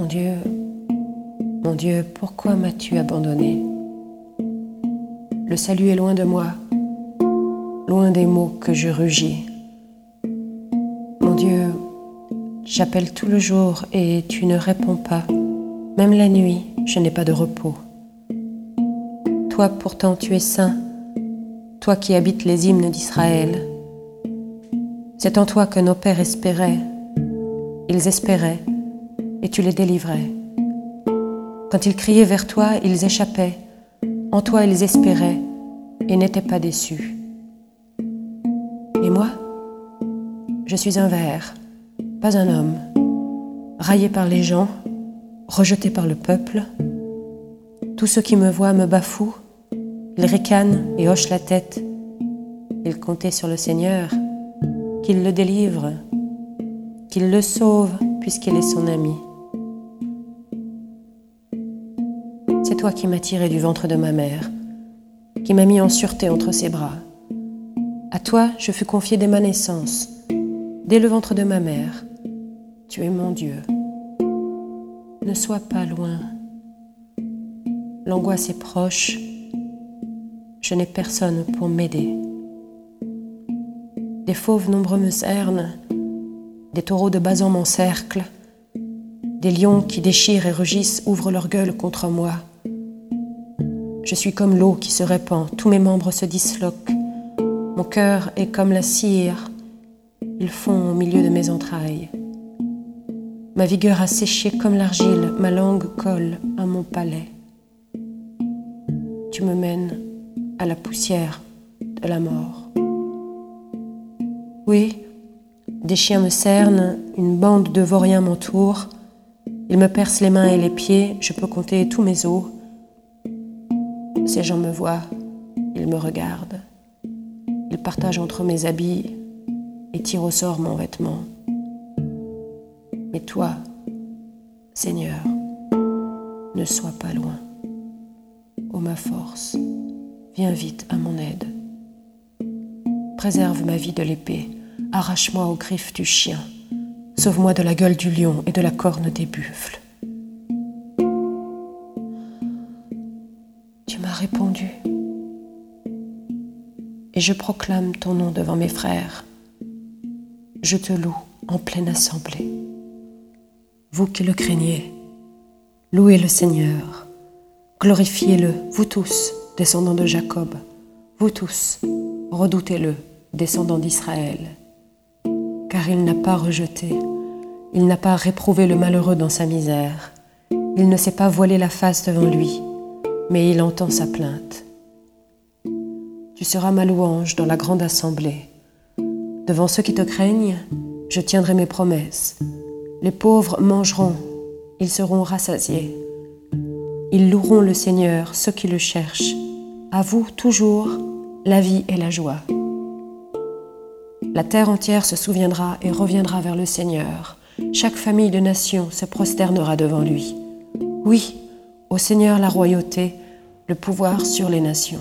Mon Dieu, pourquoi m'as-tu abandonné? Le salut est loin de moi, loin des mots que je rugis. Mon Dieu, j'appelle tout le jour et tu ne réponds pas. Même la nuit, je n'ai pas de repos. Toi pourtant tu es saint, toi qui habites les hymnes d'Israël. C'est en toi que nos pères espéraient. Ils espéraient et tu les délivrais. Quand ils criaient vers toi, ils échappaient. En toi ils espéraient et n'étaient pas déçus. Et moi, je suis un ver, pas un homme, raillé par les gens, rejeté par le peuple. Tous ceux qui me voient me bafouent, ils ricanent et hochent la tête. Ils comptaient sur le Seigneur, qu'il le délivre, qu'il le sauve puisqu'il est son ami. C'est toi qui m'as tiré du ventre de ma mère, qui m'as mis en sûreté entre ses bras. À toi, je fus confié dès ma naissance, dès le ventre de ma mère. Tu es mon Dieu. Ne sois pas loin. L'angoisse est proche. Je n'ai personne pour m'aider. Des fauves nombreux me cernent, des taureaux de Basan m'encerclent, des lions qui déchirent et rugissent ouvrent leur gueule contre moi. Je suis comme l'eau qui se répand, tous mes membres se disloquent. Mon cœur est comme la cire, ils fond au milieu de mes entrailles. Ma vigueur a séché comme l'argile, ma langue colle à mon palais. Tu me mènes à la poussière de la mort. Oui, des chiens me cernent, une bande de vauriens m'entoure. Ils me percent les mains et les pieds, je peux compter tous mes os. Ces gens me voient, ils me regardent. Ils partagent entre mes habits et tirent au sort mon vêtement. Mais toi, Seigneur, ne sois pas loin. Ô ma force, viens vite à mon aide. Préserve ma vie de l'épée, arrache-moi aux griffes du chien, sauve-moi de la gueule du lion et de la corne des buffles. Tu m'as répondu, et je proclame ton nom devant mes frères. Je te loue en pleine assemblée. Vous qui le craignez, louez le Seigneur, glorifiez-le, vous tous, descendants de Jacob, vous tous, redoutez-le, descendants d'Israël. Car il n'a pas rejeté, il n'a pas réprouvé le malheureux dans sa misère, il ne s'est pas voilé la face devant lui, mais il entend sa plainte. Tu seras ma louange dans la grande assemblée. Devant ceux qui te craignent, je tiendrai mes promesses. Les pauvres mangeront, ils seront rassasiés. Ils loueront le Seigneur, ceux qui le cherchent. À vous, toujours, la vie et la joie. La terre entière se souviendra et reviendra vers le Seigneur. Chaque famille de nation se prosternera devant lui. Oui, au Seigneur la royauté, le pouvoir sur les nations.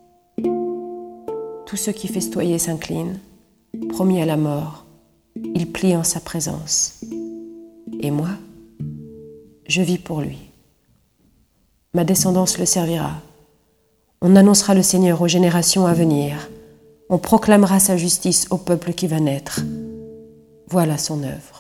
Tous ceux qui festoyaient s'inclinent, promis à la mort, ils plient en sa présence. Et moi, je vis pour lui. Ma descendance le servira. On annoncera le Seigneur aux générations à venir. On proclamera sa justice au peuple qui va naître. Voilà son œuvre.